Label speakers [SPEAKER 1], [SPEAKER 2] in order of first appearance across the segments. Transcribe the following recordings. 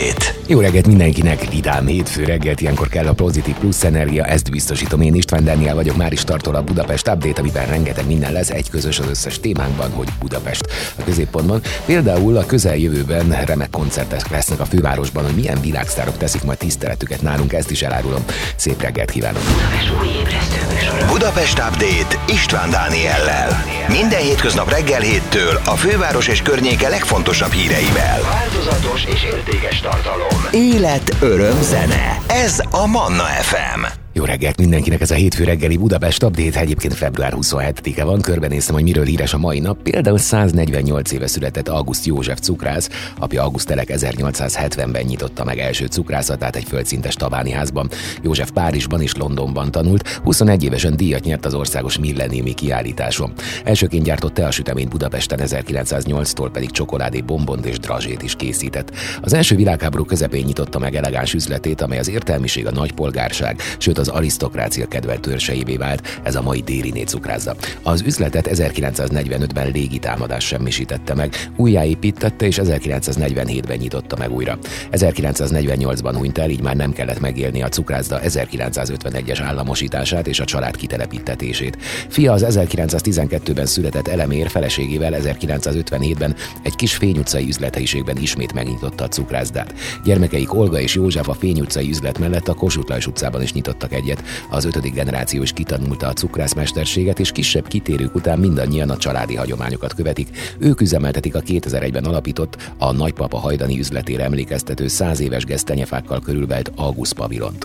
[SPEAKER 1] Update.
[SPEAKER 2] Jó reggelt mindenkinek, vidám hétfő reggelt, ilyenkor kell a pozitív plusz energia, ezt biztosítom én, István Dániel vagyok, már is tartol a Budapest Update, amiben rengeteg minden lesz, egy közös az összes témánkban, hogy Budapest a középpontban. Például a közeljövőben remek koncertek lesznek a fővárosban, hogy milyen világsztárok teszik majd tiszteletüket nálunk, ezt is elárulom. Szép reggelt kívánok!
[SPEAKER 1] Budapest Update István Dániellel. Minden hétköznap reggel 7-től a főváros és környéke legfontosabb híreivel. Változatos és értékes tartalom. Élet, öröm, zene. Ez a Manna FM.
[SPEAKER 2] Jó reggelt mindenkinek, ez a hétfő reggeli Budapest Update, egyébként február 27-e van, körbenéztem, hogy miről híres a mai nap. Például 148 éve született August József cukrász, apja August Telek 1870-ben nyitotta meg első cukrászatát egy földszintes tabáni házban. József Párizsban és Londonban tanult, 21 évesen díjat nyert az országos millenniumi kiállításon. Elsőként gyártott teasüteményt Budapesten, 1908-tól pedig csokoládé, bombont és drazsét is készített. Az első világháború közepén nyitotta meg elegáns üzletét, amely az értelmiség, a nagypolgárság, sőt az arisztokrácia kedvelt törzseivé vált, ez a mai Dériné cukrászda. Az üzletet 1945-ben légitámadás semmisítette meg, újjáépítette és 1947-ben nyitotta meg újra. 1948-ban hunyt el, így már nem kellett megélni a cukrászda 1951-es államosítását és a család kitelepítetését. Fia az 1912-ben született Elemér feleségével 1957-ben egy kis Fény utcai üzlethelyiségben ismét megnyitotta a cukrászdát. Gyermekeik Olga és József a Fény utcai üzlet mellett a Kossuth Lajos utcában is nyitottak egyet. Az 5. generáció is kitanulta a cukrászmesterséget, és kisebb kitérők után mindannyian a családi hagyományokat követik. Ők üzemeltetik a 2001-ben alapított, a nagypapa hajdani üzletére emlékeztető 100 éves gesztenyefákkal körülvelt August pavilont.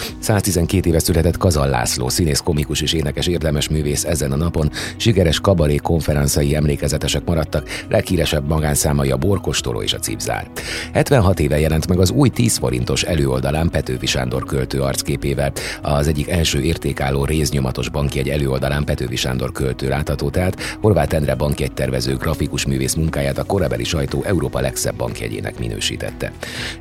[SPEAKER 2] 112 éve született Kazal László, színész, komikus és énekes érdemes művész ezen a napon. Sikeres kabaré konferenciái emlékezetesek maradtak, leghíresebb magánszámai a Borkostoló és a Cipzár. 76 éve jelent meg az új 10 forintos előoldalán Petőfi Sándor költő arcképével. Az egyik első értékálló réznyomatos bankjegy előoldalán Petőfi Sándor költő látható, tehát Horváth Endre bankjegy tervező grafikus művész munkáját a korabeli sajtó Európa legszebb bankjegyének minősítette.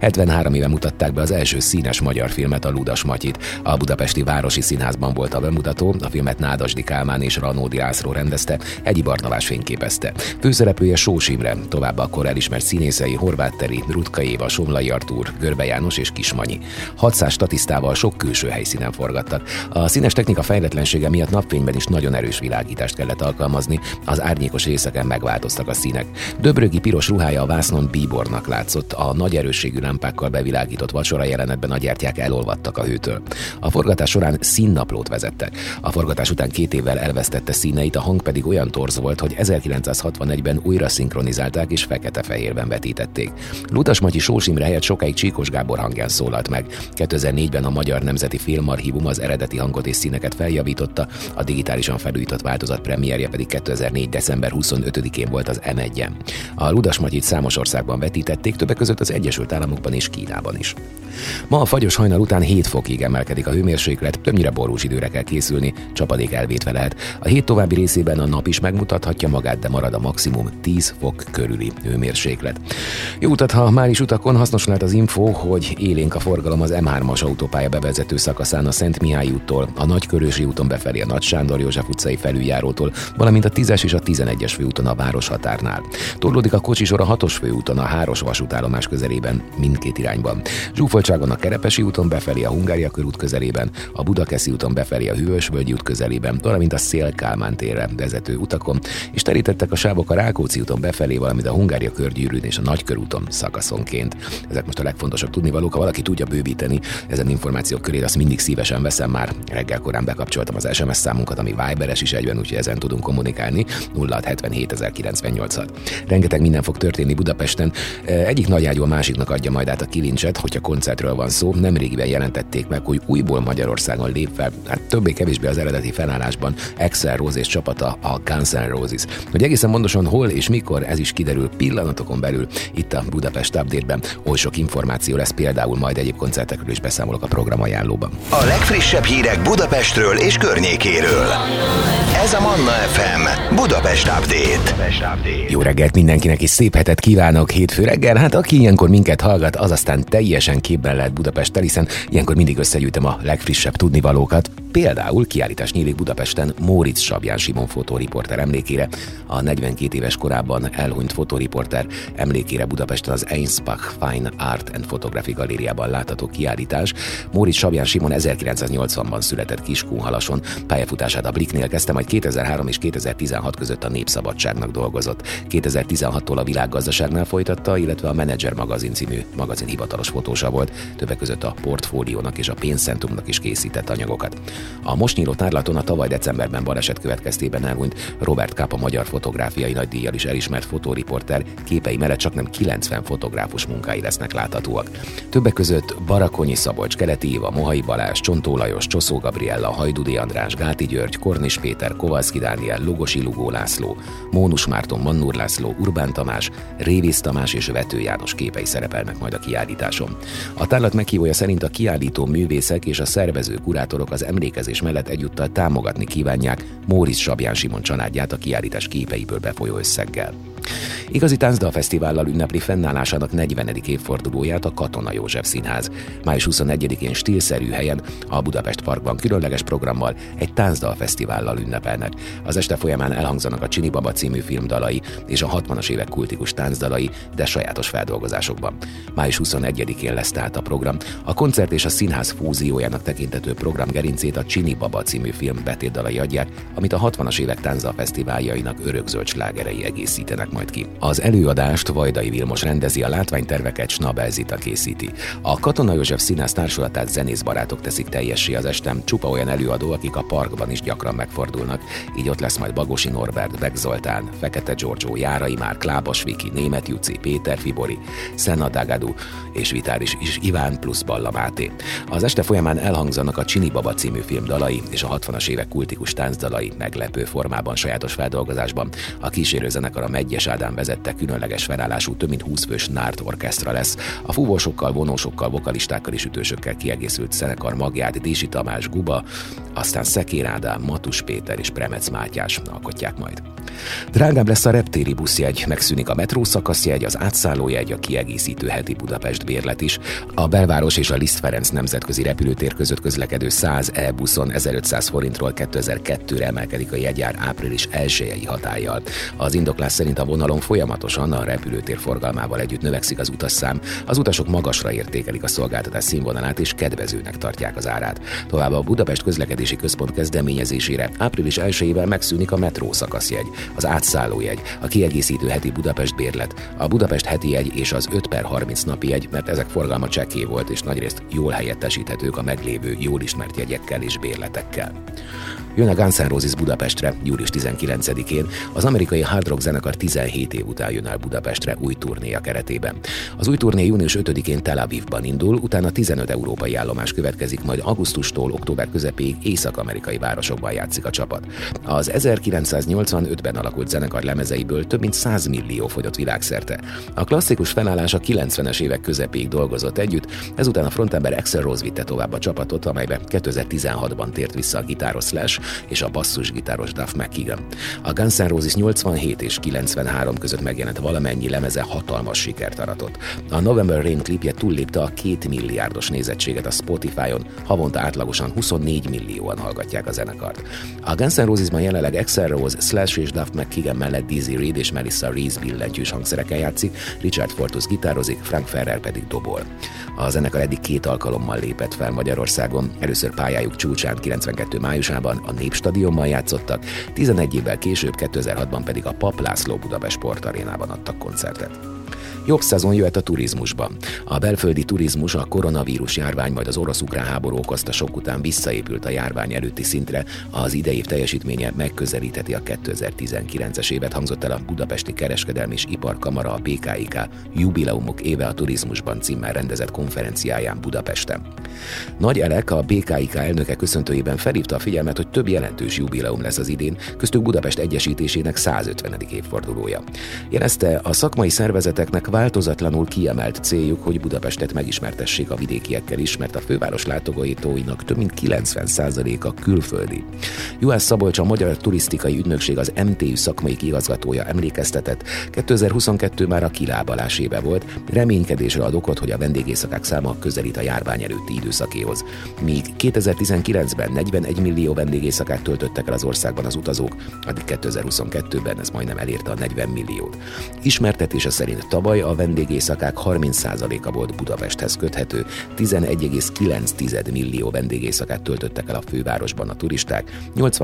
[SPEAKER 2] 73 éve mutatták be az első színes magyar filmet, a Ludas Matyit. A budapesti Városi Színházban volt a bemutató, a filmet Nádasdy Kálmán és Ranódi László rendezte, Hegyi Barnabás fényképezte. Főszereplője Sós Imre, továbbá akkor elismert színészei Horváth Teri, Rutka Éva, Somlai Artúr, Görbe János és Kismanyi. 600 statisztával sok külső helyszínen forgattak. A színes technika fejletlensége miatt napfényben is nagyon erős világítást kellett alkalmazni, az árnyékos részeken megváltoztak a színek. Döbrögi piros ruhája a vásznon bíbornak látszott, a nagy erősségű lámpákkal bevilágított vacsora jelenetben a gyertyák elolvadtak a hőtől. A forgatás során színnaplót vezettek. A forgatás után 2 évvel elvesztette színeit, a hang pedig olyan torz volt, hogy 1961-ben újra szinkronizálták és fekete-fehérben vetítették. Ludas Matyi Sós Imre helyett sokáig Csíkos Gábor hangján szólalt meg. 2004-ben a Magyar Nemzeti Filmarchívum az eredeti hangot és színeket feljavította, a digitálisan felújított változat premierje pedig 2004. december 25-én volt az M1-en. A Ludas Matyit számos országban vetítették, többek között az Egyesült Államokban és Kínában is. Ma a fagyos hajnal után 7 fokig emelkedik a hőmérséklet, többnyire borús időre kell készülni, csapadék elvétve lehet. A hét további részében a nap is megmutathatja magát, de marad a maximum 10 fok körüli hőmérséklet. Jó utat, ha már is utakon, hasznos lehet az info, hogy élénk a forgalom az M3-as autópálya bevezető szakaszán a Szent Mihály úttól, a Nagykörösi úton befelé a Nagy Sándor József utcai felüljárótól, valamint a 10-es és a 11-es főúton a városhatárnál. Torlódik a kocsisor a 6-os főúton a Háros vasútállomás közelében mindkét irányban. Zsúfoltságon a Kerepesi úton befelé a Hungária körút közelében, a Budakeszi úton befelé a Hűvösvölgyi út közelében, valamint a Széll-Kálmán térre vezető utakon, és terítettek a sávok a Rákóczi úton befelé, valamint a Hungária körgyűrűn és a Nagykörúton szakaszonként. Ezek most a legfontosabb tudnivalók, ha valaki tudja bővíteni ezen információk köré, azt mindig szívesen veszem, már reggel korán bekapcsoltam az SMS számunkat, ami Viberes is egyben, úgyhogy ezen tudunk kommunikálni, 0677 Rengeteg minden fog történni Budapesten. Egyik nagyágyú a másiknak adja majd át a kilincset, hogyha koncertről van szó. Nemrégiben jelentették meg, hogy újból Magyarországon lép fel, többé-kevésbé az eredeti felállásban Axl Rose és csapata, a Guns N' Roses. Hogy egészen pontosan hol és mikor, ez is kiderül pillanatokon belül itt a Budapest Update-ben. Oly sok információ lesz, például majd egyéb koncertekről is beszámolok a programajánlóban.
[SPEAKER 1] A A legfrissebb hírek Budapestről és környékéről. Ez a Manna FM Budapest Update.
[SPEAKER 2] Jó reggelt mindenkinek és szép hetet kívánok hétfő reggel. Hát aki ilyenkor minket hallgat, az aztán teljesen képben lehet Budapesttel, hiszen ilyenkor mindig összegyűjtöm a legfrissebb tudnivalókat. Például kiállítás nyílik Budapesten Móricz Sabján Simon fotóriporter emlékére. A 42 éves korában elhunyt fotóriporter emlékére Budapesten az Einsbach Fine Art and Photography galériában látható kiállítás. Móricz Sabján Simon 1980-ban született Kiskunhalason, pályafutását a Blicknél kezdte, majd 2003 és 2016 között a Népszabadságnak dolgozott. 2016-tól a Világgazdaságnál folytatta, illetve a Manager magazin című magazin hivatalos fotósa volt, többek között a Portfóliónak és a Pénzcentrumnak is készített anyagokat. A most nyíló tárlaton a tavaly decemberben baleset következtében elhunyt Robert Capa magyar fotográfiai nagydíjjal is elismert fotóriporter képei mellett csaknem 90 fotográfus munkái lesznek láthatóak. Többek között Barakonyi Szabolcs, Keleti Éva, Mohai Balázs, Csontó Lajos, Csoszó Gabriella, Hajdúdi András, Gáti György, Kornis Péter, Kovalszki Dániel, Lugosi Lugó László, Mónus Márton, Mannur László, Urbán Tamás, Révész Tamás és Vető János képei szerepelnek majd a kiállításon. A tárlat meghívója szerint a kiállító művészek és a szervező kurátorok az emlékezés mellett egyúttal támogatni kívánják Móricz Sabján Simon családját a kiállítás képeiből befolyó összeggel. Igazi táncdalfesztivállal ünnepli fennállásának 40. évfordulóját a Katona József Színház. Május 21-én stílszerű helyen a Budapest Parkban különleges programmal egy táncdalfesztivállal ünnepelnek. Az este folyamán elhangzanak a Csini Baba című film dalai és a 60-as évek kultikus táncdalai, de sajátos feldolgozásokban. Május 21-én lesz tehát a program. A koncert és a színház fúziójának tekintető programgerincét a Csini Baba című film betétdalai adják, amit a 60-as évek táncdalfesztiváljainak örökzöld slágerei egészítenek majd ki. Az előadást Vajdai Vilmos rendezi, a látványterveket Schnabel Zita készíti. A Katona József Színház társulatát zenészbarátok teszik teljessé az estem, csupa olyan előadó, akik a parkban is gyakran megfordulnak. Így ott lesz majd Bagosi Norbert, Beck Zoltán, Fekete Giorgio, Járai Márk, Lábas Viki, Németh Juci, Péter Fibori, Szenna Dagadu és Vitáris is Iván plusz Balla Máté. Az este folyamán elhangzanak a Csini Baba című film dalai és a 60-as évek kultikus táncdalai meglepő formában, sajátos feldolgozásban. A kísérő zenekar a Medgyes Ádám vezette különleges felállású több mint 20 fős nárt orkesztra lesz. A fúvósokkal, vonósokkal, vokalistákkal és ütősökkel kiegészült zenekar magját Dési Tamás, Guba, aztán Szekér Ádám, Matus Péter és Premec Mátyás alkotják majd. Drágább lesz a reptéri buszjegy, megszűnik a metró szakaszjegy, az átszállójegy, a kiegészítő heti Budapest bérlet is. A Belváros és a Liszt Ferenc nemzetközi repülőtér között közlekedő 100 e-buszon 1500 forintról 2002-re emelkedik a jegyár április 1-i hatállyal. Az indoklás szerint a vonalon folyamatosan a repülőtér forgalmával együtt növekszik az utasszám, az utasok magasra értékelik a szolgáltatás színvonalát és kedvezőnek tartják az árát. Továbbá a Budapest Közlekedési Központ kezdeményezésére április 1-ével megszűnik a metró szakaszjegy, az átszállójegy, a kiegészítő heti Budapest bérlet, a Budapest heti jegy és az 5/30 napi jegy, mert ezek forgalma csekké volt és nagyrészt jól helyettesíthetők a meglévő, jól ismert jegyekkel és bérletekkel. Jön a Guns N' Roses Budapestre július 19-én, az amerikai hard rock zenekar 17 év után jön el Budapestre új turnéja keretében. Az új turné június 5-én Tel Avivban indul, utána 15 európai állomás következik, majd augusztustól október közepéig észak-amerikai városokban játszik a csapat. Az 1985-ben alakult zenekar lemezeiből több mint 100 millió fogyott világszerte. A klasszikus felállás a 90-es évek közepéig dolgozott együtt, ezután a frontember Axl Rose vitte tovább a csapatot, amelybe 2016-ban tért vissza a gitáros Slash és a basszusgitáros Duff McKagan. A Guns N' Roses 87 és 93 között megjelent valamennyi lemeze hatalmas sikert aratott. A November Rain klipje túllépte a 2 milliárdos nézettséget a Spotify-on, havonta átlagosan 24 millióan hallgatják a zenekart. A Guns N' Rosesban jelenleg Axl Rose, Slash és Duff McKagan mellett Dizzy Reed és Melissa Reese billentyűs hangszerekkel játszik, Richard Fortus gitározik, Frank Ferrer pedig dobol. A zenekar eddig 2 alkalommal lépett fel Magyarországon, először pályájuk csúcsán 92 májusában a Népstadionban játszottak, 11 évvel később 2006-ban pedig a Papp László Budapest Sportarénában adtak koncertet. Jobb szezon jöhet a turizmusban. A belföldi turizmus a koronavírus járvány majd az orosz-ukrán háború okozta sok után visszaépült a járvány előtti szintre, az idei év teljesítménye megközelítheti a 2019-es évet, hangzott el a Budapesti Kereskedelmi és Iparkamara, a BKIK Jubileumok éve a turizmusban címmel rendezett konferenciáján Budapesten. Nagy Elek, a BKIK elnöke köszöntőjében felhívta a figyelmet, hogy több jelentős jubileum lesz az idén, köztük Budapest egyesítésének 150. évfordulója. igazgatója. Jelezte, a szakmai szervezeteknek változatlanul kiemelt céljuk, hogy Budapestet megismertessék a vidékiekkel is, mert a főváros látogatóinak több mint 90%-a külföldi. Juhász Szabolcs, a Magyar Turisztikai Ügynökség, az MTÜ szakmai igazgatója emlékeztetett, 2022 már a kilábalás éve volt, reménykedésre ad okot, hogy a vendégészakák száma közelít a járvány előtti időszakéhoz. Míg 2019-ben 41 millió vendégészakát töltöttek el az országban az utazók, addig 2022-ben ez majdnem elérte a 40 milliót. Ismertetése szerint tavaly a vendégészakák 30%-a volt Budapesthez köthető, 11,9 millió vendégészakát töltöttek el a fővárosban a turisták,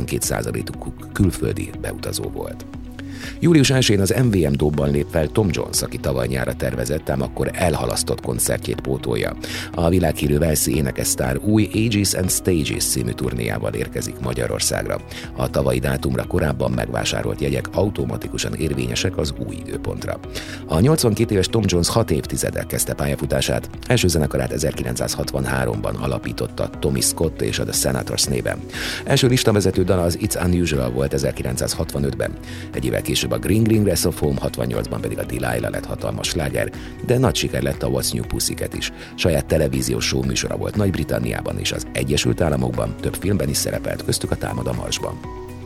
[SPEAKER 2] 82%-uk külföldi beutazó volt. Július 1-én az MVM Dome-ban lép fel Tom Jones, aki tavaly nyárra tervezett, ám akkor elhalasztott koncertjét pótolja. A világhírű walesi énekesztár új Ages and Stages című turnéjával érkezik Magyarországra. A tavalyi dátumra korábban megvásárolt jegyek automatikusan érvényesek az új időpontra. A 82 éves Tom Jones 6 évtizeddel kezdte pályafutását, első zenekarát 1963-ban alapította Tommy Scott és a The Senators néven. Első listavezető dala az It's Unusual volt 1965-ben. Egy évvel később a Green Green Grass of Home, 68-ban pedig a Delilah lett hatalmas sláger, de nagy siker lett a What's New Pussycat is. Saját televíziós show műsora volt Nagy-Britanniában és az Egyesült Államokban, több filmben is szerepelt, köztük a Támad a Marsban.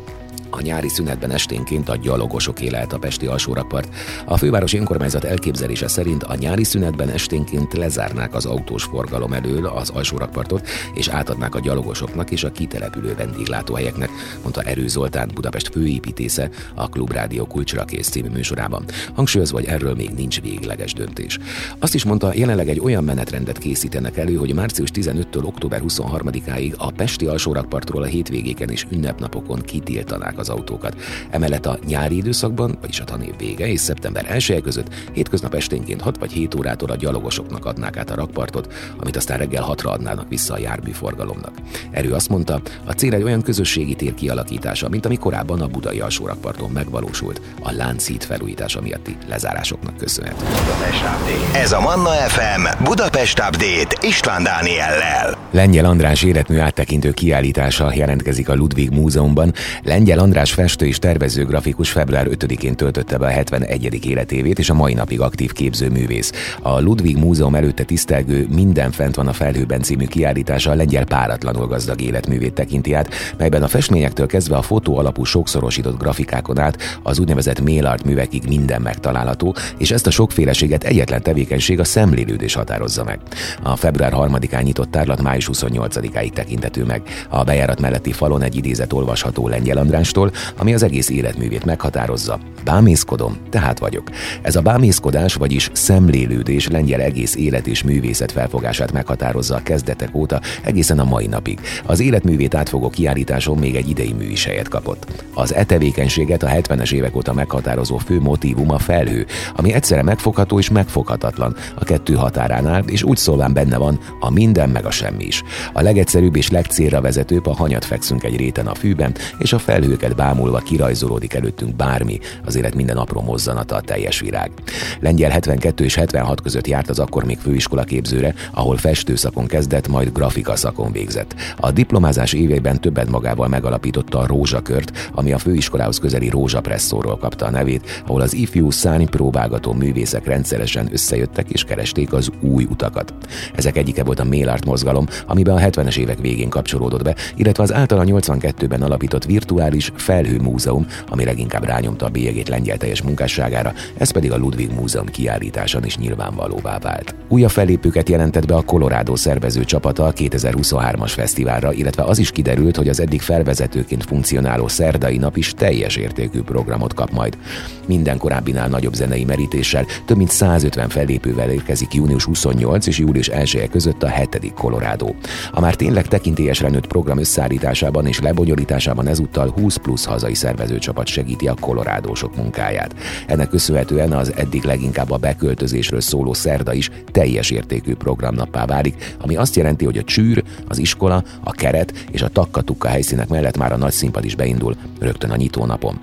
[SPEAKER 2] A nyári szünetben esténként a gyalogosoké lehet a pesti alsórakpart. A fővárosi önkormányzat elképzelése szerint a nyári szünetben esténként lezárnák az autós forgalom elől az alsórakpartot, és átadnák a gyalogosoknak és a kitelepülő vendéglátóhelyeknek, mondta Erő Zoltán, Budapest főépítésze a Klubrádió Kulcsra kész című műsorában. Hangsúlyozva, hogy erről még nincs végleges döntés. Azt is mondta, jelenleg egy olyan menetrendet készítenek elő, hogy március 15-től október 23-áig a pesti alsórakpartról a hétvégéken és ünnepnapokon kitiltanák az autókat. Emellett a nyári időszakban, vagyis a tanév vége és szeptember 1 között hétköznap esténként 6 vagy 7 órától a gyalogosoknak adnák át a rakpartot, amit aztán reggel 6-ra adnának vissza a járműforgalomnak. Erő azt mondta, a cél egy olyan közösségi tér kialakítása, mint ami korábban a budai alsórakparton megvalósult, a Lánchíd felújítása miatti lezárásoknak köszönhető.
[SPEAKER 1] Ez a Manna FM Budapest Update István Dániellel.
[SPEAKER 2] Lengyel András életmű áttekintő kiállítása jelentkezik a Ludwig Múzeumban. Lengyel András festő és tervező grafikus február 5-én töltötte be a 71. életévét, és a mai napig aktív képzőművész. A Ludwig Múzeum előtte tisztelgő Minden fent van a felhőben című kiállítása a lengyel páratlanul gazdag életművét tekinti át, melyben a festményektől kezdve a fotó alapú sokszorosított grafikákon át az úgynevezett mail art művekig minden megtalálható, és ezt a sokféleséget egyetlen tevékenység, a szemlélődés határozza meg. A február 3-án nyitott tárlat május 28-áig tekinthető meg. A bejárat melletti falon egy idézet olvasható Lengyel Andrástól, ami az egész életművét meghatározza. Bámészkodom, tehát vagyok. Ez a bámészkodás, vagyis szemlélődés lengyel egész élet és művészet felfogását meghatározza a kezdetek óta egészen a mai napig. Az életművét átfogó kiállításon még egy idei mű is helyet kapott. Az tevékenységet a 70-es évek óta meghatározó fő motívum a felhő, ami egyszerre megfogható és megfoghatatlan a kettő határánál, és úgy szólván benne van a minden meg a semmi is. A legegyszerűbb és legcélra vezetőbb, a hanyat fekszünk egy réten a fűben, és a felhőket bámulva kirajzolódik előttünk bármi, az élet minden apró mozzanata, a teljes virág. Lengyel 72 és 76 között járt az akkor még főiskola képzőre, ahol festőszakon kezdett, majd grafika szakon végzett. A diplomázás éveiben többet magával megalapította a Rózsakört, ami a főiskolához közeli Rózsapresszóról kapta a nevét, ahol az ifjú szárnypróbálgató művészek rendszeresen összejöttek és keresték az új utakat. Ezek egyike volt a mail art mozgalom, amiben a 70-es évek végén kapcsolódott be, illetve az általa 82-ben alapított virtuális felhőmúzeum, ami leginkább rányomta a bélyegét lengyel teljes munkásságára, ez pedig a Ludwig Múzeum kiállításon is nyilvánvalóvá vált. Újabb fellépőket jelentett be a Colorado szervező csapata a 2023-as fesztiválra, illetve az is kiderült, hogy az eddig felvezetőként funkcionáló szerdai nap is teljes értékű programot kap majd. Minden korábbinál nagyobb zenei merítéssel, több mint 150 fellépővel érkezik június 28 és július 1 között a 7. Colorado. A már tényleg tekintélyesre nőtt program összeállításában és lebonyolításában ezúttal 20 plusz hazai szervezőcsapat segíti a kolorádósok munkáját. Ennek köszönhetően az eddig leginkább a beköltözésről szóló szerda is teljes értékű programnappá válik, ami azt jelenti, hogy a csűr, az iskola, a keret és a takka-tukka helyszínek mellett már a nagy színpad is beindul rögtön a nyitónapon.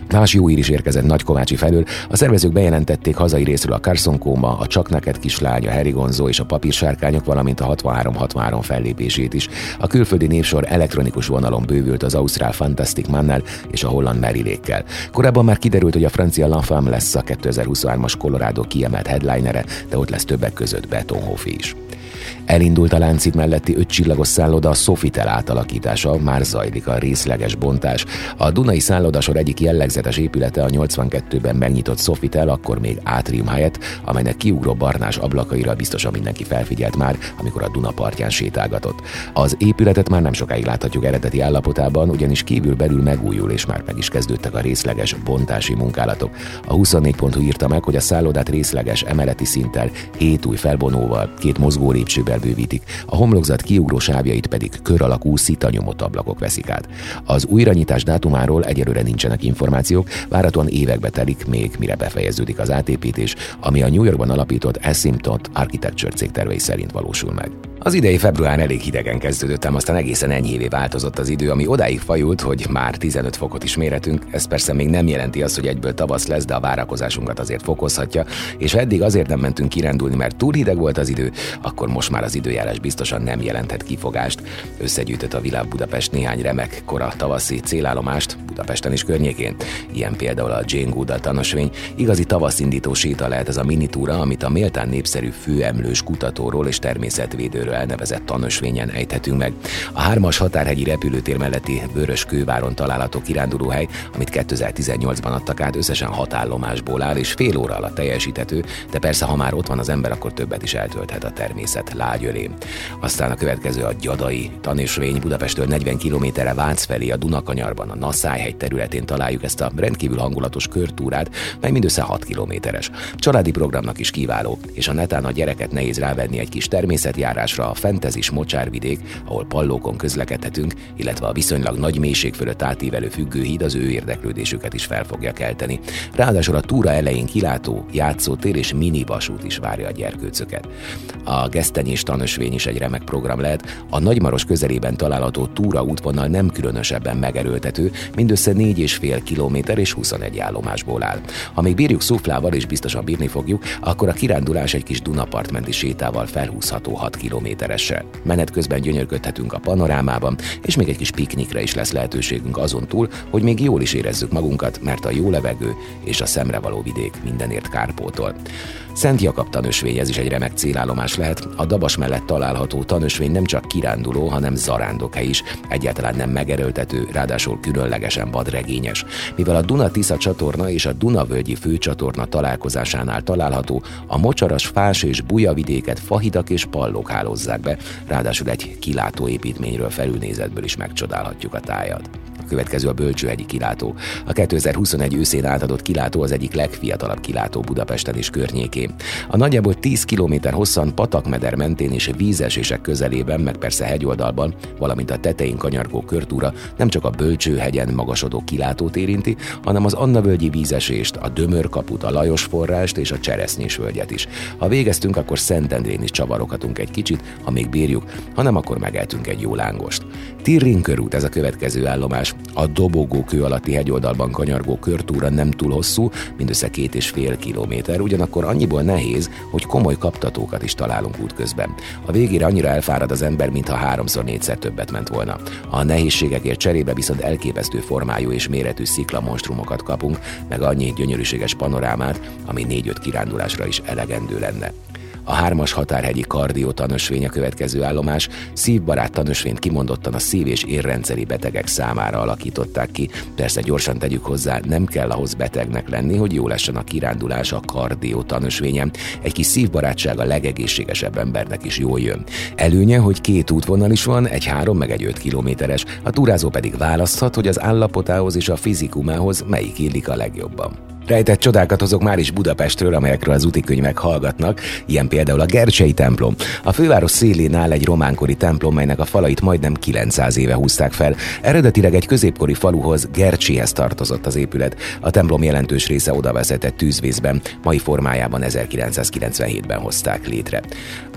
[SPEAKER 2] Más jó hír is érkezett Nagykovácsi felől. A szervezők bejelentették hazai részről a Carson Coma, a Csak neked kislány, a Harry Gonzo és a Papírsárkányok, valamint a 63-63 fellépését is. A külföldi névsor elektronikus vonalon bővült az ausztrál Fantastic Mannel és a holland Mary Lake-kel. Korábban már kiderült, hogy a francia La Femme lesz a 2023-as Colorado kiemelt headlinere, de ott lesz többek között Betonhofi is. Elindult a Láncid melletti 5 csillagos szálloda Sofitel átalakítása, már zajlik a részleges bontás. A Dunai szállodasor egyik jellegzetes épülete a 82-ben megnyitott Sofitel, akkor még Atrium helyett, amelynek kiugró barnás ablakaira biztosan mindenki felfigyelt már, amikor a Duna partján sétálgatott. Az épületet már nem sokáig láthatjuk eredeti állapotában, ugyanis kívül-belül megújul, és már meg is kezdődtek a részleges bontási munkálatok. A 24.hu írta meg, hogy a szállodát részleges emeleti szinttel, 7 új felvonóval, 2 mozgó lépcsővel bővítik, a homlokzat kiugró sávjait pedig kör alakú szitanyomott ablakok veszik át. Az újranyitás dátumáról egyelőre nincsenek információk, várhatóan évekbe telik még, mire befejeződik az átépítés, ami a New Yorkban alapított Asymptote Architecture cég tervei szerint valósul meg. Az idei február elég hidegen kezdődött, ám aztán egészen enyhévé változott az idő, ami odáig fajult, hogy már 15 fokot is mérhetünk. Ez persze még nem jelenti azt, hogy egyből tavasz lesz, de a várakozásunkat azért fokozhatja, és ha eddig azért nem mentünk kirándulni, mert túl hideg volt az idő, akkor most már az időjárás biztosan nem jelenthet kifogást. Összegyűjtött a Világ Budapest néhány remek kora tavaszi célállomást Budapesten és környékén. Ilyen például a Jane Goodall tanösvény. Igazi tavaszindító séta lehet ez a minitúra, amit a méltán népszerű főemlős kutatóról és természetvédőről elnevezett tanösvényen ejthetünk meg. A 3-as határhegyi repülőtér melletti Vöröskőváron található kirándulóhely, amit 2018-ban adtak át, összesen 6 állomásból áll, és fél óra alatt teljesíthető, de persze, ha már ott van az ember, akkor többet is eltölthet a természet lágyölén. Aztán a következő a Gyadai tanösvény. Budapesttől 40 kilométerre Vác felé a Dunakanyarban, a Naszályhegy területén találjuk ezt a rendkívül hangulatos körtúrát, mely mindössze 6 kilométeres. Családi programnak is kiváló, és a netán a gyereket nehéz rávenni egy kis természetjárásra, a Fentezis mocsárvidék, ahol pallókon közlekedhetünk, illetve a viszonylag nagy mélység fölött átívelő függőhíd az ő érdeklődésüket is fel fogja kelteni. Ráadásul a túra elején kilátó, játszótér és mini vasút is várja a gyerkőcöket. A Gesztenyés tanösvény is egy remek program lehet. A Nagymaros közelében található túra útvonal nem különösebben megerőltető, mindössze 4,5 kilométer és 21 állomásból áll. Ha még bírjuk szuflával, és biztosan bírni fogjuk, akkor a kirándulás egy kis Dunapartmenti sétával felhúzható 6 kilométeressel. Menet közben gyönyörködhetünk a panorámában, és még egy kis piknikre is lesz lehetőségünk azon túl, hogy még jól is érezzük magunkat, mert a jó levegő és a szemrevaló vidék mindenért kárpótol. Szent Jakab tanösvény, ez is egy remek célállomás lehet. A Dabas mellett található tanösvény nem csak kiránduló, hanem zarándokhely is. Egyáltalán nem megerőltető, ráadásul különlegesen vadregényes. Mivel a Duna-Tisza csatorna és a Dunavölgyi főcsatorna találkozásánál található, a mocsaras fás és bujavidéket fahidak és pallók hálózzák be, ráadásul egy kilátó építményről felülnézetből is megcsodálhatjuk a tájat. Következő a Bölcsőhegyi kilátó. A 2021 őszén átadott kilátó az egyik legfiatalabb kilátó Budapesten és környékén. A nagyjából 10 km hosszan patakmeder mentén és vízesések közelében, meg persze hegyoldalban, valamint a tetején kanyargó körtúra nem csak a Bölcsőhegyen magasodó kilátót érinti, hanem az Annavölgyi vízesést, a Dömörkaput, a Lajos forrást és a Cseresznyés völgyet is. Ha végeztünk, akkor Szentendrén is csavaroghatunk egy kicsit, ha még bírjuk, ha nem, akkor megeltünk egy jó lángost. Tirrin körút, ez a következő állomás. A Dobogókő alatti hegyoldalban kanyargó körtúra nem túl hosszú, mindössze 2,5 kilométer, ugyanakkor annyiból nehéz, hogy komoly kaptatókat is találunk útközben. A végére annyira elfárad az ember, mintha 3-4-szer többet ment volna. A nehézségekért cserébe viszont elképesztő formájú és méretű sziklamonstrumokat kapunk, meg annyi gyönyörűséges panorámát, ami 4-5 kirándulásra is elegendő lenne. A 3-as határhegyi kardió tanösvény a következő állomás. Szívbarát tanösvényt kimondottan a szív- és érrendszeri betegek számára alakították ki. Persze gyorsan tegyük hozzá, nem kell ahhoz betegnek lenni, hogy jó lessen a kirándulás a kardió tanösvényen. Egy kis szívbarátság a legegészségesebb embernek is jól jön. Előnye, hogy 2 útvonal is van, egy 3 meg egy 5 kilométeres, a túrázó pedig választhat, hogy az állapotához és a fizikumához melyik illik a legjobban. Rejtett csodákat hozok már is Budapestről, amelyekről az útikönyvek hallgatnak, ilyen például a Gercsei templom. A főváros szélén áll egy románkori templom, melynek a falait majdnem 900 éve húzták fel. Eredetileg egy középkori faluhoz, Gercsihez tartozott az épület. A templom jelentős része oda vezetett tűzvészben, mai formájában 1997-ben hozták létre.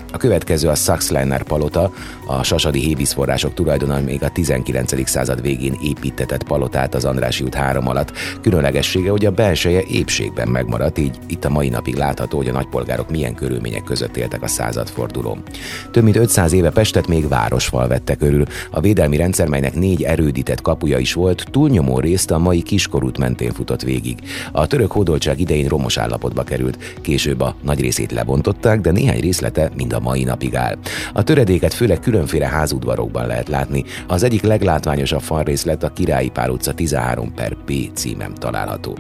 [SPEAKER 2] A következő a Saxleiner palota, a sasadi hévízforrások tulajdona még a 19. század végén építtetett palotát az Andrássy út 3 alatt. Különlegessége, hogy a belseje épségben megmaradt, így itt a mai napig látható, hogy a nagypolgárok milyen körülmények között éltek a századfordulón. Több mint 500 éve Pestet még városfal vette körül. A védelmi rendszer, melynek 4 erődített kapuja is volt, túlnyomó részt a mai Kiskorút mentén futott végig. A török hódoltság idején romos állapotba került, később a nagy részét lebontották, de néhány részlete mind a mai napig áll. A töredéket főleg különféle házudvarokban lehet látni. Az egyik leglátványosabb falrészlet a Királyi Pál utca 13/P címen található.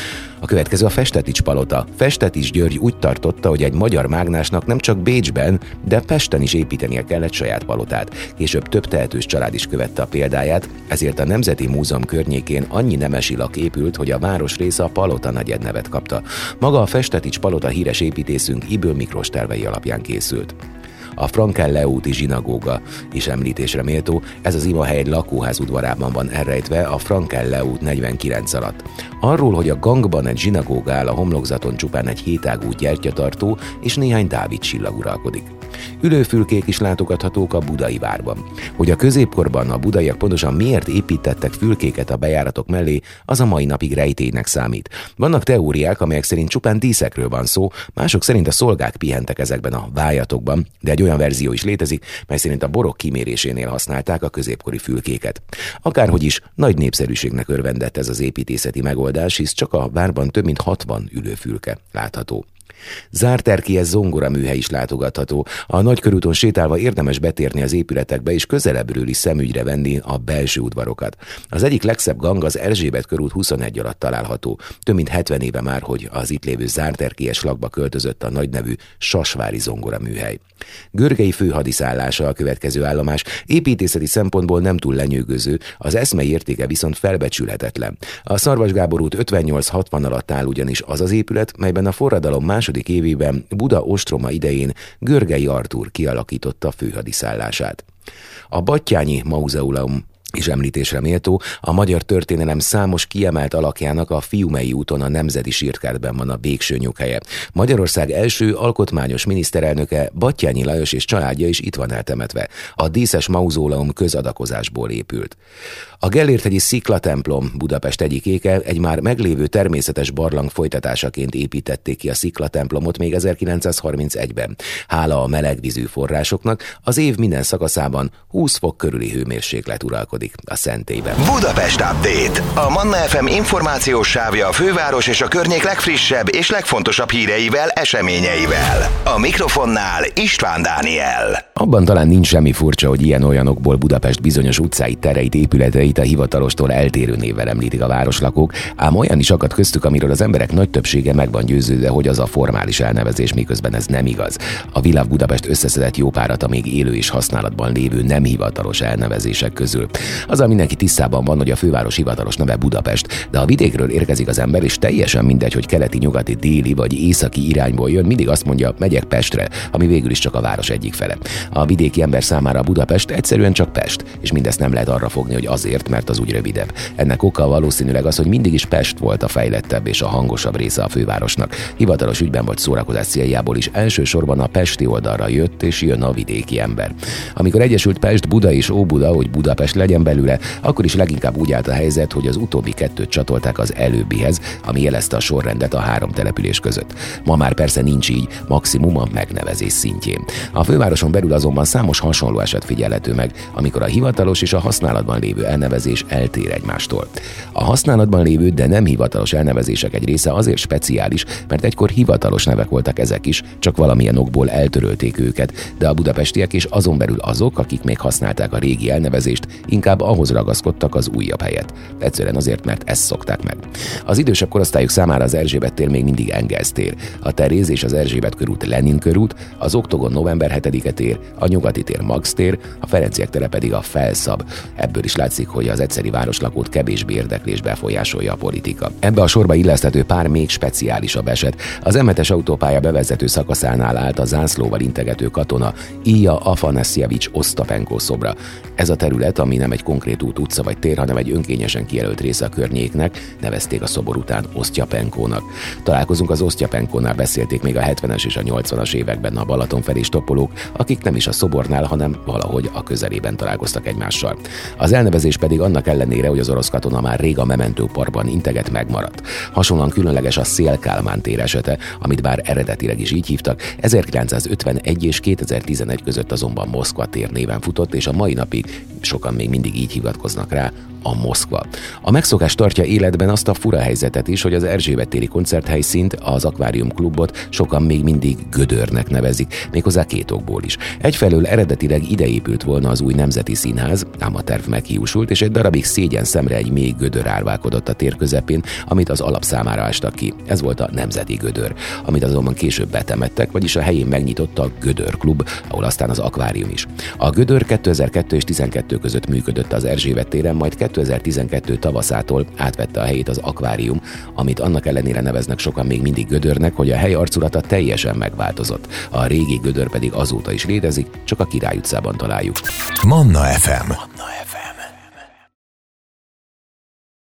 [SPEAKER 2] A következő a Festetics palota. Festetics György úgy tartotta, hogy egy magyar mágnásnak nem csak Bécsben, de Pesten is építenie kellett saját palotát. Később több tehetős család is követte a példáját, ezért a Nemzeti Múzeum környékén annyi nemesi lak épült, hogy a városrész a Palota negyed nevet kapta. Maga a Festetics palota híres építészünk Iből Miklós tervei alapján készült. A Frankel úti zsinagóga is említésre méltó, ez az imahely egy lakóház udvarában van elrejtve a Frankel út 49 alatt. Arról, hogy a gangban egy zsinagóga áll, a homlokzaton csupán egy hétágú gyertyatartó és néhány Dávid csillag uralkodik. Ülőfülkék is látogathatók a budai várban. Hogy a középkorban a budaiak pontosan miért építettek fülkéket a bejáratok mellé, az a mai napig rejtélynek számít. Vannak teóriák, amelyek szerint csupán díszekről van szó, mások szerint a szolgák pihentek ezekben a vájatokban, de egy olyan verzió is létezik, mely szerint a borok kimérésénél használták a középkori fülkéket. Akárhogy is, nagy népszerűségnek örvendett ez az építészeti megoldás, hisz csak a várban több mint 60 ülőfülke látható. Zárterkihez zongoraműhely is látogatható. A Nagykörúton sétálva érdemes betérni az épületekbe és közelebbről is szemügyre venni a belső udvarokat. Az egyik legszebb gang az Erzsébet körút 21 alatt található. Több mint 70 éve már, hogy az itt lévő Zárterkihez lakba költözött a nagynevű Sasvári zongoraműhely. Görgei főhadiszállása a következő állomás, építészeti szempontból nem túl lenyűgöző, az eszmei értéke viszont felbecsülhetetlen. A Szarvas Gábor út 58-60 alatt áll ugyanis az az épület, melyben a forradalom második évében Buda ostroma idején Görgei Artúr kialakította főhadiszállását. A Battyányi Mauzeum is említésre méltó, a magyar történelem számos kiemelt alakjának a Fiumei úton a Nemzeti Sírkertben van a végső nyughelye. Magyarország első alkotmányos miniszterelnöke Battyányi Lajos és családja is itt van eltemetve. A díszes mauzóleum közadakozásból épült. A Gellérthegyi Sziklatemplom Budapest egyik éke, egy már meglévő természetes barlang folytatásaként építették ki a sziklatemplomot még 1931-ben. Hála a melegvízű forrásoknak az év minden szakaszában 20 fok körüli hőmérséklet uralkodik a szentélyben.
[SPEAKER 1] Budapest Update. A Manna FM információs sávja a főváros és a környék legfrissebb és legfontosabb híreivel, eseményeivel. A mikrofonnál István Dániel.
[SPEAKER 2] Abban talán nincs semmi furcsa, hogy ilyen-olyanokból Budapest bizonyos utcáit, tereit, épületeit a hivatalostól eltérő névvel említik a városlakók, ám olyan is akad köztük, amiről az emberek nagy többsége meg van győződve, hogy az a formális elnevezés, miközben ez nem igaz. A Világ Budapest összeszedett jó párat a még élő és használatban lévő nem hivatalos elnevezések közül. Azzal mindenki tisztában van, hogy a főváros hivatalos neve Budapest, de a vidékről érkezik az ember, és teljesen mindegy, hogy keleti, nyugati, déli vagy északi irányból jön, mindig azt mondja, megyek Pestre, ami végül is csak a város egyik fele. A vidéki ember számára Budapest egyszerűen csak Pest, és mindezt nem lehet arra fogni, hogy azért, mert az úgy rövidebb. Ennek oka valószínűleg az, hogy mindig is Pest volt a fejlettebb és a hangosabb része a fővárosnak. Hivatalos ügyben vagy szórakozás céljából is elsősorban a pesti oldalra jött és jön a vidéki ember. Amikor egyesült Pest, Buda és Óbuda, hogy Budapest legyen belőle, akkor is leginkább úgy állt a helyzet, hogy az utóbbi kettőt csatolták az előbbihez, ami jelezte a sorrendet a három település között. Ma már persze nincs így, maximum a megnevezés szintjén. A fővároson belül azonban számos hasonló eset figyelhető meg, amikor a hivatalos és a használatban lévő elnevezés eltér egymástól. A használatban lévő, de nem hivatalos elnevezések egy része azért speciális, mert egykor hivatalos nevek voltak ezek is, csak valamilyen okból eltörölték őket, de a budapestiek és azon belül azok, akik még használták a régi elnevezést, inkább ahhoz ragaszkodtak az újabb helyet. Egyszerűen azért, mert ezt szokták meg. Az idősebb korosztályok számára az Erzsébet tér még mindig Engels tér, a Teréz és az Erzsébet körút Lenin körút, az Oktogon November 7-e tér a Nyugati tér Max tér, a Ferenciek tere pedig a Felszab. Ebből is látszik, hogy az egyszeri városlakót kevésbé érdekli és befolyásolja a politika. Ebbe a sorba illeszthető pár még speciálisabb eset. Az M7-es autópálya bevezető szakaszánál állt a zászlóval integető katona Ilja Afanasjevics Osztapenko szobra. Ez a terület, ami nem egy konkrét út, utca vagy tér, hanem egy önkényesen kijelölt része a környéknek, nevezték a szobor után Osztyapenkónak. Találkozunk az Osztyapenkónál, beszélték még a 70-es és a 80-as években a Balaton felé stoppolók, akik nem is a szobornál, hanem valahogy a közelében találkoztak egymással. Az elnevezés pedig annak ellenére, hogy az orosz katona már rég a Memento Parkban integet, megmaradt. Hasonlóan különleges a Szél-Kálmán tér esete, amit bár eredetileg is így hívtak, 1951 és 2011 között azonban Moszkva tér néven futott, és a mai napig sokan még mindig így hivatkoznak rá, a Moszkva. A megszokás tartja életben azt a fura helyzetet is, hogy az Erzsébet téri koncerthelyszínt, az Akvárium klubot sokan még mindig Gödörnek nevezik, méghozzá két okból is. Egyfelől eredetileg ide épült volna az új Nemzeti Színház, ám a terv meghiúsult, és egy darabig szégyen szemre egy mély gödör árválkodott a tér közepén, amit az alapszámára ástak ki. Ez volt a Nemzeti Gödör, amit azonban később betemettek, vagyis a helyén megnyitott a Gödör klub, ahol aztán az Akvárium is. A Gödör 2002 és 12 között működött az Erzsébet téren, majd 2012 tavaszától átvette a helyét az Akvárium, amit annak ellenére neveznek sokan még mindig Gödörnek, hogy a hely arculata teljesen megváltozott. A régi Gödör pedig azóta is létezik, csak a Király utcában találjuk.
[SPEAKER 1] Manna FM.